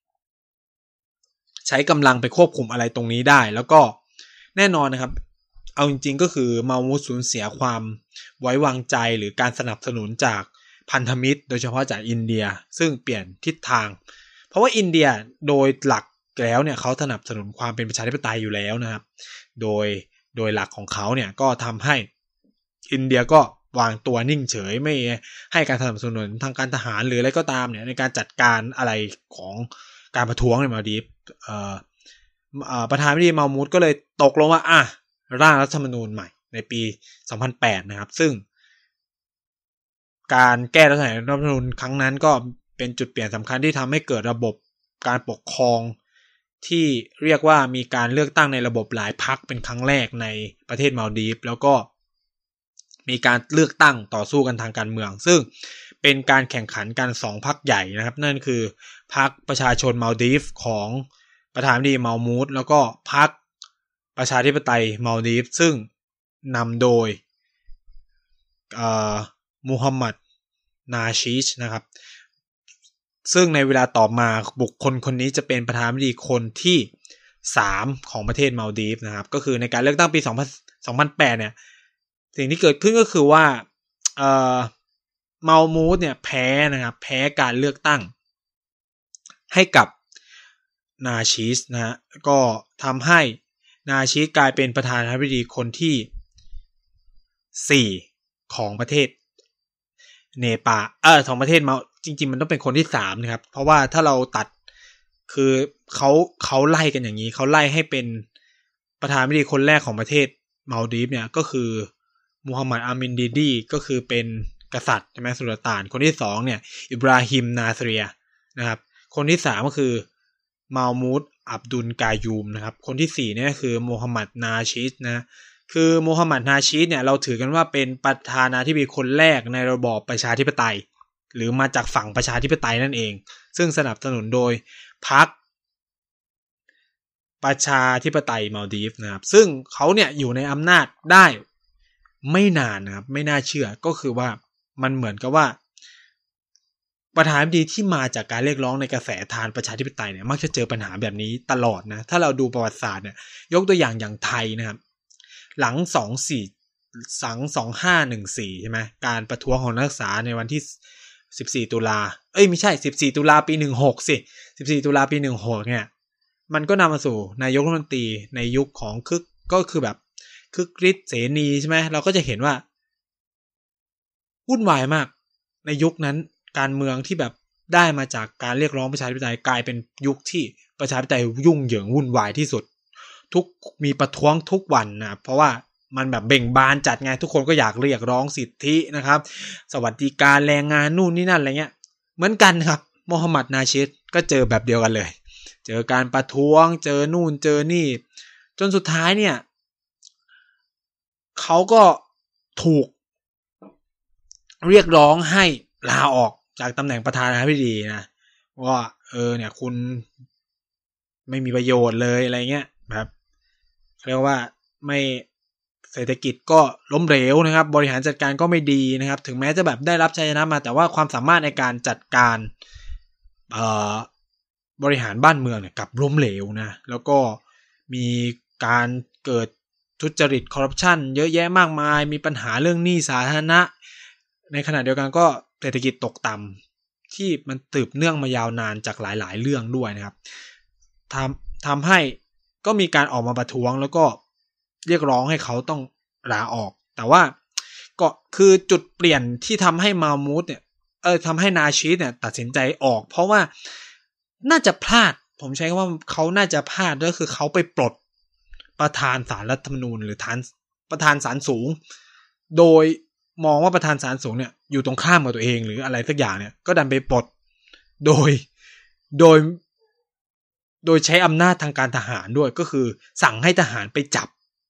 Speaker 2: ใช้กำลังไปควบคุมอะไรตรงนี้ได้แล้วก็แน่นอนนะครับเอาจริงๆก็คือมาลมูดสูญเสียความไว้วางใจหรือการสนับสนุนจากพันธมิตรโดยเฉพาะจากอินเดียซึ่งเปลี่ยนทิศทางเพราะว่าอินเดียโดยหลักแล้วเนี่ยเขาสนับสนุนความเป็นประชาธิปไตยอยู่แล้วนะครับโดยโดยหลักของเขาเนี่ยก็ทำให้อินเดียก็วางตัวนิ่งเฉยไม่ให้การสนับสนุนทางการทหารหรืออะไรก็ตามเนี่ยในการจัดการอะไรของการประท้วงในมาลดีฟเอ่อเอ่อประธานาธิบดีมาลมูดก็เลยตกลงว่าอ่ะร่างรัฐธรรมนูญใหม่ในปีสองพันแปดนะครับซึ่งการแก้รัฐธรรมนูญครั้งนั้นก็เป็นจุดเปลี่ยนสำคัญที่ทำให้เกิดระบบการปกครองที่เรียกว่ามีการเลือกตั้งในระบบหลายพรรคเป็นครั้งแรกในประเทศมาลดีฟแล้วก็มีการเลือกตั้งต่อสู้กันทางการเมืองซึ่งเป็นการแข่งขันกันสองพรรคใหญ่นะครับนั่นคือพรรคประชาชนมาลดีฟของประธานาธิบดีมาลมูดแล้วก็พรรคประชาธิปไตยมาลดีฟซึ่งนำโดยมูฮัมหมัดนาชิชนะครับซึ่งในเวลาต่อมาบุคคลคนนี้จะเป็นประธานาธิบดีคนที่สามของประเทศมาลดีฟนะครับก็คือในการเลือกตั้งปีสองพันแปดเนี่ยสิ่งที่เกิดขึ้นก็คือว่าเอ่อมาลมูดเนี่ยแพ้นะครับแพ้การเลือกตั้งให้กับนาชิชนะฮะก็ทำให้นาชิชกลายเป็นประธานาธิบดีคนที่สี่ของประเทศเนปาลเออของประเทศมาจริงๆมันต้องเป็นคนที่สามนะครับเพราะว่าถ้าเราตัดคือเขาเขาไล่กันอย่างนี้เขาไล่ให้เป็นประธานาธิบดีคนแรกของประเทศมาลดีฟเนี่ยก็คือมูฮัมหมัดอามินดีดีก็คือเป็นกษัตริย์ใช่ไหมสุลต่านคนที่สองเนี่ยอิบราฮิมนาเซียนะครับคนที่สามก็คือมาลมูดอับดุลกายูมนะครับคนที่สี่เนี่ยคือมูฮัมหมัดนาชิชนะคือมูฮัมหมัดนาชิชเนี่ยเราถือกันว่าเป็นประธานาธิบดีคนแรกในระบอบประชาธิปไตยหรือมาจากฝั่งประชาธิปไตยนั่นเองซึ่งสนับสนุนโดยพรรคประชาธิปไตยมาลดีฟนะครับซึ่งเขาเนี่ยอยู่ในอำนาจได้ไม่นานนะครับไม่น่าเชื่อก็คือว่ามันเหมือนกับว่าประธานาธิบดีที่มาจากการเรียกร้องในกระแสทานประชาธิปไตยเนี่ยมักจะเจอปัญหาแบบนี้ตลอดนะถ้าเราดูประวัติศาสตร์เนี่ยยกตัวอย่างอย่างไทยนะครับหลังสองสี่สังสองห้าหนึ่งสี่ใช่ไหมการประท้วงของนักศึกษาในวันที่สิบสี่ตุลาเอ้ยไม่ใช่สิบสี่ตุลาปีสิบหกสิสิบสี่ตุลาปีสิบหกเนี่ยมันก็นำมาสู่นายกรัฐมนตรีในยุคของคึกก็คือแบบคึกฤทธิ์เสนีใช่ไหมเราก็จะเห็นว่าวุ่นวายมากในยุคนั้นการเมืองที่แบบได้มาจากการเรียกร้องประชาธิปไตยกลายเป็นยุคที่ประชาธิปไตยยุ่งเหยิงวุ่นวายที่สุดทุกมีประท้วงทุกวันนะเพราะว่ามันแบบเบ่งบานจัดไงทุกคนก็อยากเรียกร้องสิทธินะครับสวัสดิการแรงงานนู่นนี่นั่นอะไรเงี้ยเหมือนกันครับมูฮัมหมัดนาชิดก็เจอแบบเดียวกันเลยเจอการประท้วงเจอนู่นเจอนี่จนสุดท้ายเนี่ยเขาก็ถูกเรียกร้องให้ลาออกจากตำแหน่งประธานาธิบดีนะว่าเออเนี่ยคุณไม่มีประโยชน์เลยอะไรเงี้ยแบบเรียกว่าไม่เศรษฐกิจก็ล้มเหลวนะครับบริหารจัดการก็ไม่ดีนะครับถึงแม้จะแบบได้รับชัยชนะมาแต่ว่าความสามารถในการจัดการเอ่อบริหารบ้านเมืองเนี่ยกลับล้มเหลวนะแล้วก็มีการเกิดทุจริตคอร์รัปชันเยอะแยะมากมายมีปัญหาเรื่องหนี้สาธารณะในขณะเดียวกันก็เศรษฐกิจตกต่ำที่มันสืบเนื่องมายาวนานจากหลายๆเรื่องด้วยนะครับทำทำให้ก็มีการออกมาประท้วงแล้วก็เรียกร้องให้เขาต้องลาออกแต่ว่าก็คือจุดเปลี่ยนที่ทำให้มามูดเนี่ยเออทำให้นาชีสเนี่ยตัดสินใจออกเพราะว่าน่าจะพลาดผมใช้คำว่าเขาน่าจะพลาดก็คือเขาไปปลดประธานศาลรัฐธรรมนูญหรือทานประธานศาลสูงโดยมองว่าประธานศาลสูงเนี่ยอยู่ตรงข้ามกับตัวเองหรืออะไรสักอย่างเนี่ยก็ดันไปปลดโดยโดยโดยใช้อำนาจทางการทหารด้วยก็คือสั่งให้ทหารไปจับ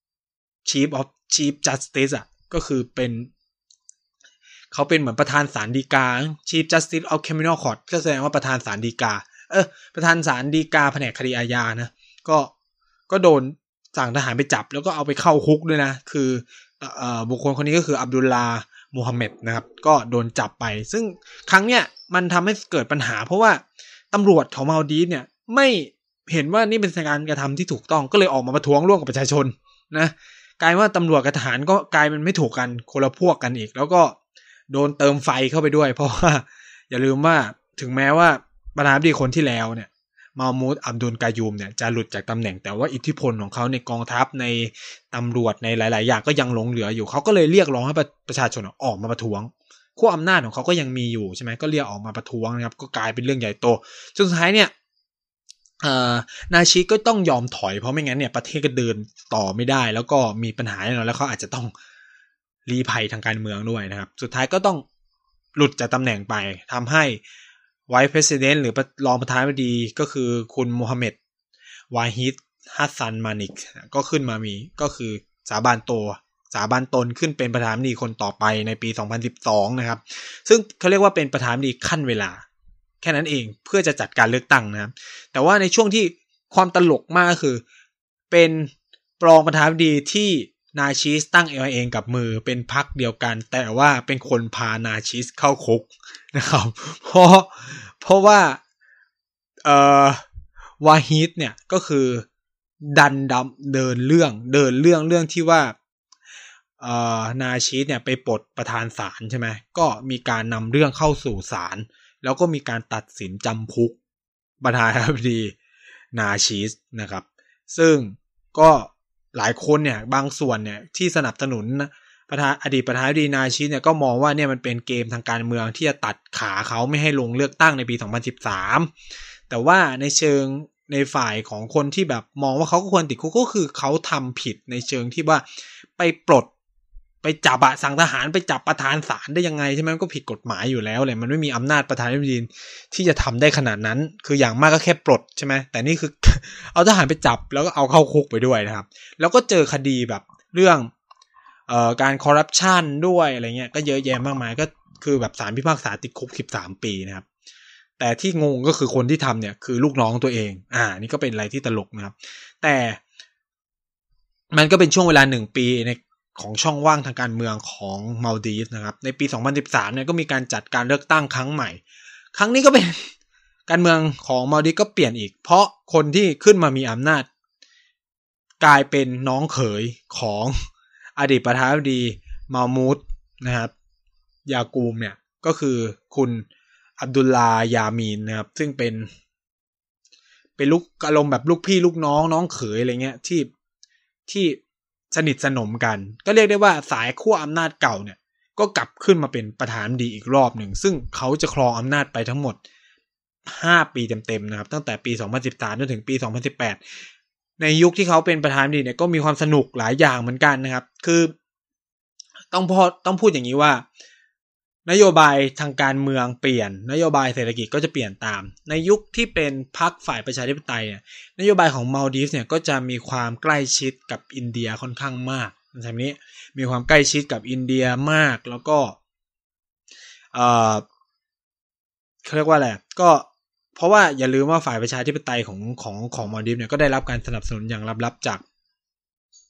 Speaker 2: Chief of Chief Justice อ่ะก็คือเป็นเขาเป็นเหมือนประธานศาลฎีกา Chief Justice of Criminal Court ก็แสดงว่าประธานศาลฎีกาเออประธานศาลฎีกาแผนกคดีอาญานะก็ก็โดนสั่งทหารไปจับแล้วก็เอาไปเข้าคุกด้วยนะคือเอ่อบุคคลคนนี้ก็คืออับดุลลาห์มูฮัมเหม็ดนะครับก็โดนจับไปซึ่งครั้งเนี้ยมันทำให้เกิดปัญหาเพราะว่าตำรวจของมาลดีฟเนี่ยไม่เห็นว่านี่เป็นการกระทำที่ถูกต้องก็เลยออกมาประท้วงร่วมกับประชาชนนะกลายว่าตำรวจกับทหารก็กลายเป็นไม่ถูกกันคนละพวกกันอีกแล้วก็โดนเติมไฟเข้าไปด้วยเพราะว่าอย่าลืมว่าถึงแม้ว่าประธานาธิบดีคนที่แล้วเนี่ยมามูดอับดุลกายูมเนี่ยจะหลุดจากตำแหน่งแต่ว่าอิทธิพลของเขาในกองทัพในตำรวจในหลายๆอย่างก็ยังหลงเหลืออยู่เขาก็เลยเรียกร้องให้ประชาชนออกมาประท้วงขั้วอำนาจของเขาก็ยังมีอยู่ใช่ไหมก็เรียกออกมาประท้วงนะครับก็กลายเป็นเรื่องใหญ่โตจนสุดท้ายเนี่ยนาชิก็ต้องยอมถอยเพราะไม่งั้นเนี่ยประเทศก็เดินต่อไม่ได้แล้วก็มีปัญหาแน่นอนแล้วเขาอาจจะต้องลี้ภัยทางการเมืองด้วยนะครับสุดท้ายก็ต้องหลุดจากตำแหน่งไปทำให้ไวซ์เพรสิดเนนต์หรือรองประธานาธิบดีก็คือคุณโมฮัมเหม็ดวาฮิดฮัสซันมานิกก็ขึ้นมามีก็คือสาบานโตสาบานตนขึ้นเป็นประธานาธิบดีคนต่อไปในปีสองพันสิบสองนะครับซึ่งเขาเรียกว่าเป็นประธานาธิบดีขั้นเวลาแค่นั้นเองเพื่อจะจัดการเลือกตั้งนะครับแต่ว่าในช่วงที่ความตลกมากก็คือเป็นรองประธานาธิบดีที่นาชิสตั้งเองกับมือเป็นพรรคเดียวกันแต่ว่าเป็นคนพานาชิสเข้าคุกนะครับเพราะเพราะว่าเอ่อวาฮิดเนี่ยก็คือดันดำเดินเรื่องเดินเรื่องเรื่องที่ว่าเอ่อนาชิสเนี่ยไปปลดประธานศาลใช่ไหมก็มีการนำเรื่องเข้าสู่ศาลแล้วก็มีการตัดสินจำคุกประธานาธิบดีนาชิสนะครับซึ่งก็หลายคนเนี่ยบางส่วนเนี่ยที่สนับสนุนประธานอดีตประธานาธิบดีนาชิสเนี่ยก็มองว่าเนี่ยมันเป็นเกมทางการเมืองที่จะตัดขาเขาไม่ให้ลงเลือกตั้งในปีสองพันสิบสามแต่ว่าในเชิงในฝ่ายของคนที่แบบมองว่าเขาก็ควรติดคุกก็คือเขาทำผิดในเชิงที่ว่าไปปลดไปจับอะสั่งทหารไปจับประธานศาลได้ยังไงใช่ไหมมันก็ผิดกฎหมายอยู่แล้วเลยมันไม่มีอำนาจประธานาธิบดีที่จะทำได้ขนาดนั้นคืออย่างมากก็แค่ปลดใช่ไหมแต่นี่คือ เอาทหารไปจับแล้วก็เอาเข้าคุกไปด้วยนะครับแล้วก็เจอคดีแบบเรื่องเอ่อการคอร์รัปชันด้วยอะไรเงี้ยก็เยอะแยะมากมายก็คือแบบศาลพิพากษาติดคุกสิบสามปีนะครับแต่ที่งงก็คือคนที่ทำเนี่ยคือลูกน้องตัวเองอ่านี่ก็เป็นอะไรที่ตลกนะครับแต่มันก็เป็นช่วงเวลาหนึ่งปีในของช่องว่างทางการเมืองของมาลดีฟนะครับในปีสองพันสิบสามเนี่ยก็มีการจัดการเลือกตั้งครั้งใหม่ครั้งนี้ก็เป็นการเมืองของมาลดีฟก็เปลี่ยนอีกเพราะคนที่ขึ้นมามีอำนาจกลายเป็นน้องเขยของอดีตประธานาธิบดีมามูดนะครับยากูมเนี่ยก็คือคุณอับดุลลาห์ยามีนนะครับซึ่งเป็นเป็นลูกอารมณ์แบบลูกพี่ลูกน้องน้องเขยอะไรเงี้ยที่ที่สนิทสนมกันก็เรียกได้ว่าสายขั้วอำนาจเก่าเนี่ยก็กลับขึ้นมาเป็นประธานาธิบดีอีกรอบหนึ่งซึ่งเขาจะครองอำนาจไปทั้งหมดห้าปีเต็มๆนะครับตั้งแต่ปีสองพันสิบสามจนถึงปีสองพันสิบแปดในยุคที่เขาเป็นประธานาธิบดีเนี่ยก็มีความสนุกหลายอย่างเหมือนกันนะครับคือต้องพอต้องพูดอย่างนี้ว่านโยบายทางการเมืองเปลี่ยนนโยบายเศรษฐกิจก็จะเปลี่ยนตามในยุคที่เป็นพรรคฝ่ายประชาธิปไตยเนี่ยนโยบายของมาลดีฟส์เนี่ยก็จะมีความใกล้ชิดกับอินเดียค่อนข้างมากแบบนี้มีความใกล้ชิดกับอินเดียมากแล้วก็เอ่อเขาเรียกว่าอะไรก็เพราะว่าอย่าลืมว่าฝ่ายประชาธิปไตยของของของมาลดีฟส์เนี่ยก็ได้รับการสนับสนุนอย่างลับๆจาก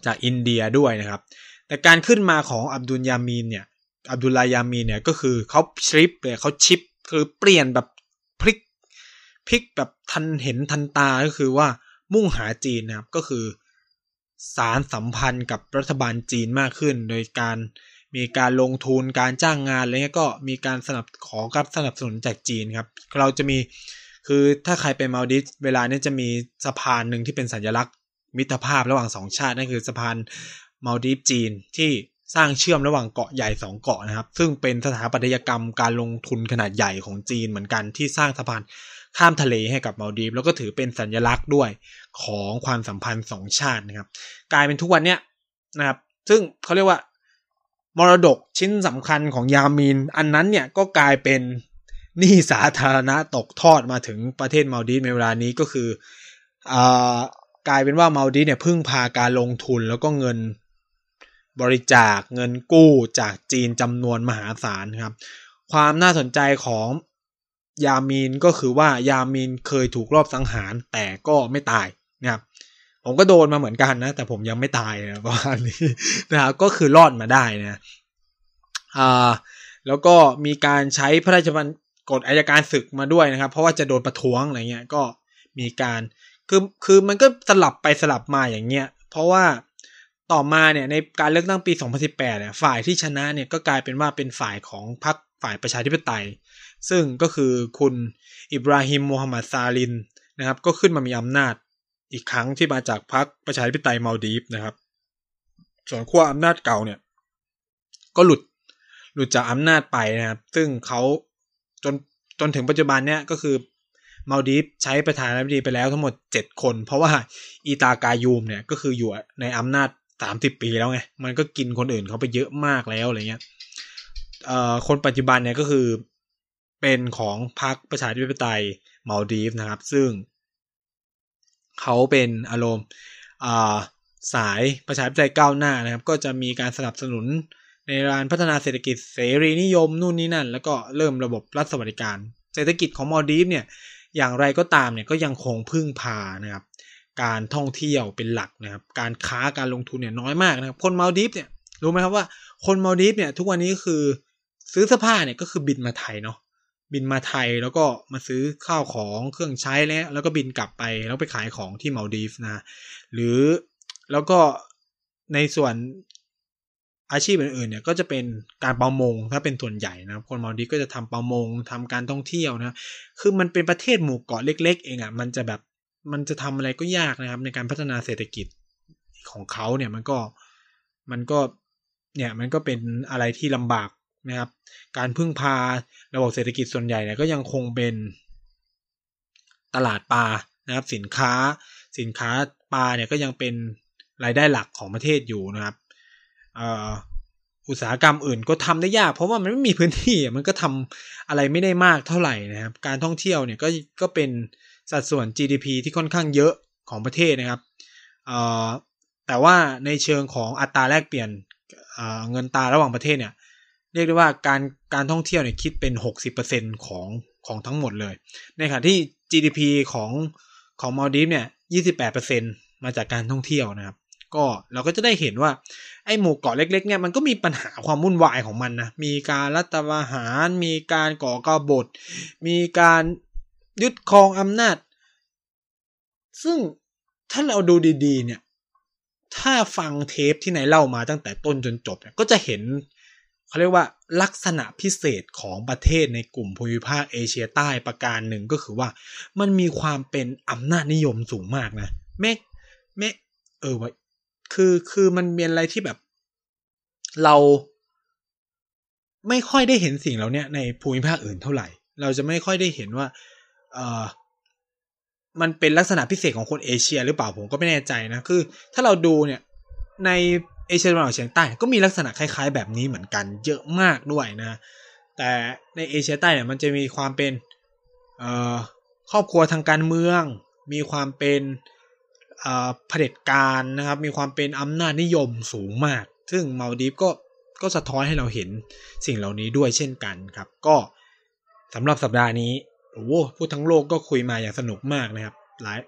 Speaker 2: จากอินเดียด้วยนะครับแต่การขึ้นมาของอับดุลยามีนเนี่ยอับดุลลายามีนเนี่ยก็คือเขาชริปเลยเขาชิปคือเปลี่ยนแบบพลิกพลิกแบบทันเห็นทันตาก็คือว่ามุ่งหาจีนนะครับก็คือสารสัมพันธ์กับรัฐบาลจีนมากขึ้นโดยการมีการลงทุนการจ้างงานอะไรเงี้ยก็มีการสนับขอการสนับสนุนจากจีนครับเราจะมีคือถ้าใครไปมาลดีฟเวลานี้จะมีสะพานหนึ่งที่เป็นสัญลักษณ์มิตรภาพระหว่างสองชาตินั่นคือสะพานมาลดีฟจีนที่สร้างเชื่อมระหว่างเกาะใหญ่สองเกาะนะครับซึ่งเป็นสถาปัตยกรรมการลงทุนขนาดใหญ่ของจีนเหมือนกันที่สร้างสะพานข้ามทะเลให้กับมาลดีฟแล้วก็ถือเป็นสัญลักษณ์ด้วยของความสัมพันธ์สองชาตินะครับกลายเป็นทุกวันเนี้ยนะครับซึ่งเขาเรียกว่ามรดกชิ้นสำคัญของยามีนอันนั้นเนี่ยก็กลายเป็นหนี้สาธารณะตกทอดมาถึงประเทศมาลดีฟในเวลานี้ก็คืออ่ากลายเป็นว่ามาลดีฟเนี่ยพึ่งพาการลงทุนแล้วก็เงินบริจาคเงินกู้จากจีนจำนวนมหาศาลครับความน่าสนใจของยามีนก็คือว่ายามีนเคยถูกลอบสังหารแต่ก็ไม่ตายนะครับผมก็โดนมาเหมือนกันนะแต่ผมยังไม่ตายนะประมาณนี้นะครับก็คือรอดมาได้นะอ่าแล้วก็มีการใช้พระราชบัญญัติกฎอัยการศึกมาด้วยนะครับเพราะว่าจะโดนประท้วงอะไรเงี้ยก็มีการคือคือมันก็สลับไปสลับมาอย่างเงี้ยเพราะว่าต่อมาเนี่ยในการเลือกตั้งปีสองพันสิบแปดเนี่ยฝ่ายที่ชนะเนี่ยก็กลายเป็นว่าเป็นฝ่ายของพรรคฝ่ายประชาธิปไตยซึ่งก็คือคุณอิบราฮิมโมฮัมหมัดซาลินนะครับก็ขึ้นมามีอำนาจอีกครั้งที่มาจากพรรคประชาธิปไตยมาลดีฟนะครับส่วนขั้วอำนาจเก่าเนี่ยก็หลุดหลุดจากอำนาจไปนะครับซึ่งเขาจนจนถึงปัจจุบันเนี่ยก็คือมาลดีฟใช้ประธานาธิบดีไปแล้วทั้งหมดเจ็ดคนเพราะว่าอีตากายูมเนี่ยก็คืออยู่ในอำนาจสามสิบปีแล้วไงมันก็กินคนอื่นเขาไปเยอะมากแล้วอะไรเงี้ยเอ่อคนปัจจุบันเนี่ยก็คือเป็นของพรรคประชาธิปไตยมาลดีฟนะครับซึ่งเขาเป็นอารมณ์อ่าสายประชาธิปไตยก้าวหน้านะครับก็จะมีการสนับสนุนในการพัฒนาเศรษฐกิจเสรีนิยมนู่นนี่นั่นแล้วก็เริ่มระบบรัฐสวัสดิการเศรษฐกิจของมาลดีฟเนี่ยอย่างไรก็ตามเนี่ยก็ยังคงพึ่งพานะครับการท่องเที่ยวเป็นหลักนะครับการค้าการลงทุนเนี่ยน้อยมากนะครับคนมาลดีฟเนี่ยรู้ไหมครับว่าคนมาลดีฟเนี่ยทุกวันนี้คือซื้อเสื้อผ้าเนี่ยก็คือบินมาไทยเนาะบินมาไทยแล้วก็มาซื้อข้าวของเครื่องใช้แล้วแล้วก็บินกลับไปแล้วไปขายของที่มาลดีฟนะหรือแล้วก็ในส่วนอาชีพอื่นๆเนี่ยก็จะเป็นการประมงถ้าเป็นส่วนใหญ่นะคนมาลดีฟก็จะทำประมงทำการท่องเที่ยวนะคือมันเป็นประเทศหมู่เกาะเล็กๆเองอ่ะมันจะแบบมันจะทำอะไรก็ยากนะครับในการพัฒนาเศรษฐกิจของเขาเนี่ยมันก็มันก็เนี่ยมันก็เป็นอะไรที่ลำบากนะครับการพึ่งพาระบบเศรษฐกิจส่วนใหญ่เนี่ยก็ยังคงเป็นตลาดปลานะครับสินค้าสินค้าปลาเนี่ยก็ยังเป็นรายได้หลักของประเทศอยู่นะครับอุตสาหกรรมอื่นก็ทำได้ยากเพราะว่ามันไม่มีพื้นที่มันก็ทำอะไรไม่ได้มากเท่าไหร่นะครับการท่องเที่ยวเนี่ยก็ก็เป็นสัดส่วน จี ดี พี ที่ค่อนข้างเยอะของประเทศนะครับแต่ว่าในเชิงของอัตราแลกเปลี่ยนเงินตราระหว่างประเทศเนี่ยเรียกได้ว่าการการท่องเที่ยวเนี่ยคิดเป็น หกสิบเปอร์เซ็นต์ ของของทั้งหมดเลยในขณะที่ จี ดี พี ของของมาลดีฟเนี่ย ยี่สิบแปดเปอร์เซ็นต์ มาจากการท่องเที่ยวนะครับก็เราก็จะได้เห็นว่าไอ้หมู่เกาะเล็กๆเนี่ยมันก็มีปัญหาความวุ่นวายของมันนะมีการรัฐประหารมีการก่อกบฏมีการยึดครองอำนาจซึ่งถ้าเราดูดีๆเนี่ยถ้าฟังเทปที่ไหนเล่ามาตั้งแต่ต้นจนจบเนี่ยก็จะเห็นเขาเรียกว่าลักษณะพิเศษของประเทศในกลุ่มภูมิภาคเอเชียใต้ประการหนึ่งก็คือว่ามันมีความเป็นอำนาจนิยมสูงมากนะแม่แม่เออวะคือคือมันเป็นอะไรที่แบบเราไม่ค่อยได้เห็นสิ่งเหล่านี้ในภูมิภาคอื่นเท่าไหร่เราจะไม่ค่อยได้เห็นว่าเออมันเป็นลักษณะพิเศษของคนเอเชียหรือเปล่าผมก็ไม่แน่ใจนะคือถ้าเราดูเนี่ยในเอเชียตะวันออกเฉียงใต้ก็มีลักษณะคล้ายๆแบบนี้เหมือนกันเยอะมากด้วยนะแต่ในเอเชียใต้เนี่ยมันจะมีความเป็นเอ่อครอบครัวทางการเมืองมีความเป็นเอ่อเผด็จการนะครับมีความเป็นอำนาจนิยมสูงมากซึ่งมาลดีฟก็ก็สะท้อนให้เราเห็นสิ่งเหล่านี้ด้วยเช่นกันครับก็สำหรับสัปดาห์นี้โอ้โหพูดทั้งโลกก็คุยมาอย่างสนุกมากนะครับหลาย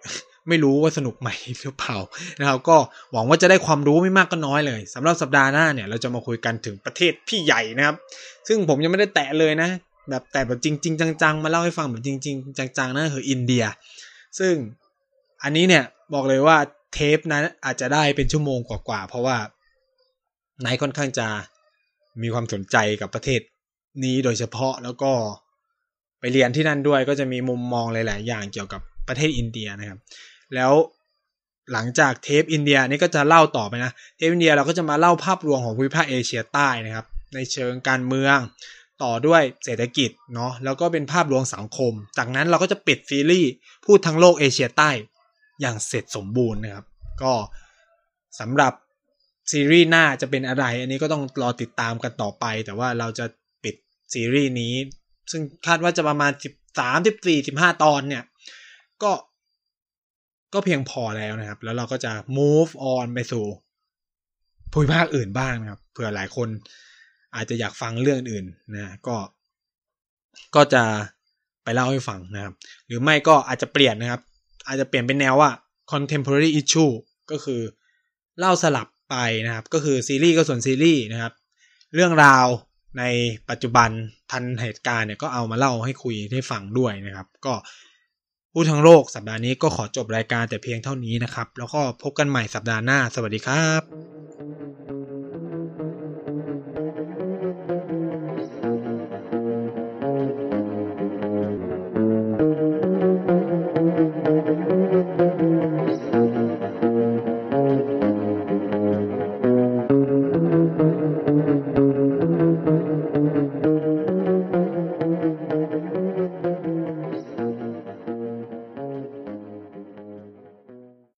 Speaker 2: ไม่รู้ว่าสนุกไหมหรือเปล่านะครับก็หวังว่าจะได้ความรู้ไม่มากก็น้อยเลยสำหรับสัปดาห์หน้าเนี่ยเราจะมาคุยกันถึงประเทศพี่ใหญ่นะครับซึ่งผมยังไม่ได้แตะเลยนะแบบแต่แบบจริงๆจังๆมาเล่าให้ฟังแบบจริงๆจังๆนั่นคืออินเดียซึ่งอันนี้เนี่ยบอกเลยว่าเทปนั้นอาจจะได้เป็นชั่วโมงกว่าๆเพราะว่าไนท์ค่อนข้างจะมีความสนใจกับประเทศนี้โดยเฉพาะแล้วก็ไปเรียนที่นั่นด้วยก็จะมีมุมมองหลายๆอย่างเกี่ยวกับประเทศอินเดียนะครับแล้วหลังจากเทปอินเดียนี่ก็จะเล่าต่อไปนะเทปอินเดียเราก็จะมาเล่าภาพรวมของภูมิภาคเอเชียใต้นะครับในเชิงการเมืองต่อด้วยเศรษฐกิจเนาะแล้วก็เป็นภาพรวมสังคมจากนั้นเราก็จะปิดซีรีส์พูดทั้งโลกเอเชียใต้อย่างเสร็จสมบูรณ์นะครับก็สำหรับซีรีส์หน้าจะเป็นอะไรอันนี้ก็ต้องรอติดตามกันต่อไปแต่ว่าเราจะปิดซีรีส์นี้ซึ่งคาดว่าจะประมาณสิบสาม สิบสี่ สิบห้าตอนเนี่ยก็ก็เพียงพอแล้วนะครับแล้วเราก็จะ move on ไปสู่ภูมิภาคอื่นบ้างนะครับเผื่อหลายคนอาจจะอยากฟังเรื่องอื่นนะก็ก็จะไปเล่าให้ฟังนะครับหรือไม่ก็อาจจะเปลี่ยนนะครับอาจจะเปลี่ยนเป็นแนวว่า contemporary issue ก็คือเล่าสลับไปนะครับก็คือซีรีส์ก็ส่วนซีรีส์นะครับเรื่องราวในปัจจุบันทันเหตุการณ์เนี่ยก็เอามาเล่าให้คุยให้ฟังด้วยนะครับก็พูดทั้งโลกสัปดาห์นี้ก็ขอจบรายการแต่เพียงเท่านี้นะครับแล้วก็พบกันใหม่สัปดาห์หน้าสวัสดีครับ